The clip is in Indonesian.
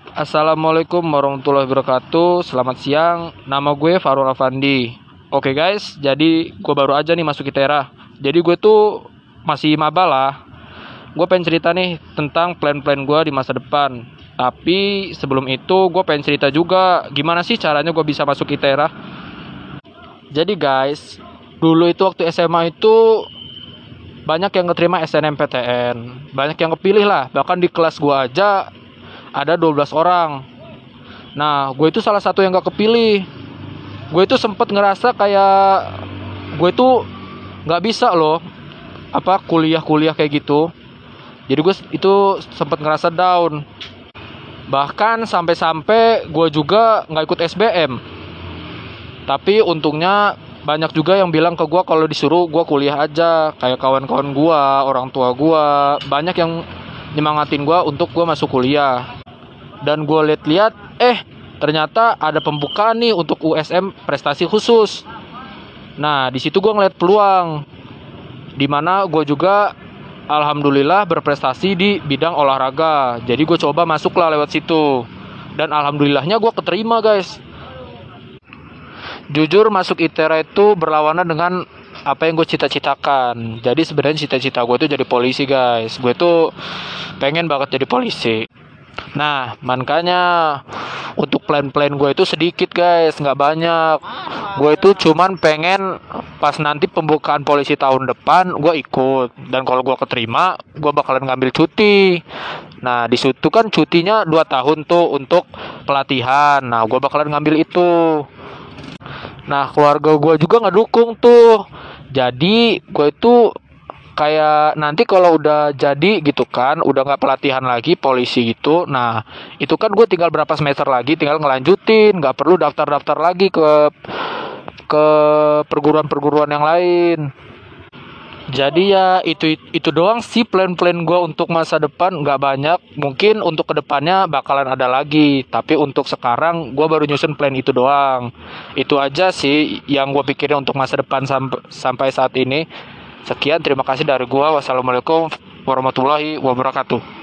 Assalamualaikum warahmatullahi wabarakatuh. Selamat siang. Nama gue Farul Afandi. Oke guys, jadi gue baru aja nih masuk ITERA. Jadi gue tuh masih maba lah. Gue pengen cerita nih tentang plan-plan gue di masa depan. Tapi sebelum itu gue pengen cerita juga gimana sih caranya gue bisa masuk ITERA. Jadi guys, dulu itu waktu SMA itu banyak yang keterima SNMPTN. Banyak yang kepilih lah. Bahkan di kelas gue aja ada 12 orang. Nah, gue itu salah satu yang gak kepilih. Gue itu sempet ngerasa kayak gue itu gak bisa loh kuliah kayak gitu. Jadi gue itu sempet ngerasa down. Bahkan sampai-sampai gue juga gak ikut SBM. Tapi untungnya banyak juga yang bilang ke gue kalau disuruh gue kuliah aja. Kayak kawan-kawan gue, orang tua gue, banyak yang nyemangatin gue untuk gue masuk kuliah. Dan gue lihat-lihat, ternyata ada pembukaan nih untuk USM prestasi khusus. Nah, di situ gue ngeliat peluang, dimana gue juga alhamdulillah berprestasi di bidang olahraga. Jadi gue coba masuk lah lewat situ. Dan alhamdulillahnya gue keterima guys. Jujur masuk ITERA itu berlawanan dengan apa yang gue cita-citakan. Jadi sebenarnya cita-cita gue tuh jadi polisi guys. Gue tuh pengen banget jadi polisi. Nah, makanya untuk plan-plan gue itu sedikit guys, nggak banyak. Gue itu cuman pengen pas nanti pembukaan polisi tahun depan gue ikut. Dan kalau gue keterima, gue bakalan ngambil cuti. Nah, di situ kan cutinya 2 tahun tuh untuk pelatihan. Nah, gue bakalan ngambil itu. Nah, keluarga gue juga ngedukung tuh. Jadi gue itu kayak nanti kalau udah jadi gitu kan, udah nggak pelatihan lagi polisi gitu. Nah, itu kan gue tinggal berapa semester lagi, tinggal ngelanjutin, nggak perlu daftar-daftar lagi ke perguruan-perguruan yang lain. Jadi ya itu doang sih plan-plan gue untuk masa depan, nggak banyak. Mungkin untuk kedepannya bakalan ada lagi, tapi untuk sekarang gue baru nyusun plan itu doang. Itu aja sih yang gue pikirin untuk masa depan sampai saat ini. Sekian, terima kasih dari gua. Wassalamualaikum warahmatullahi wabarakatuh.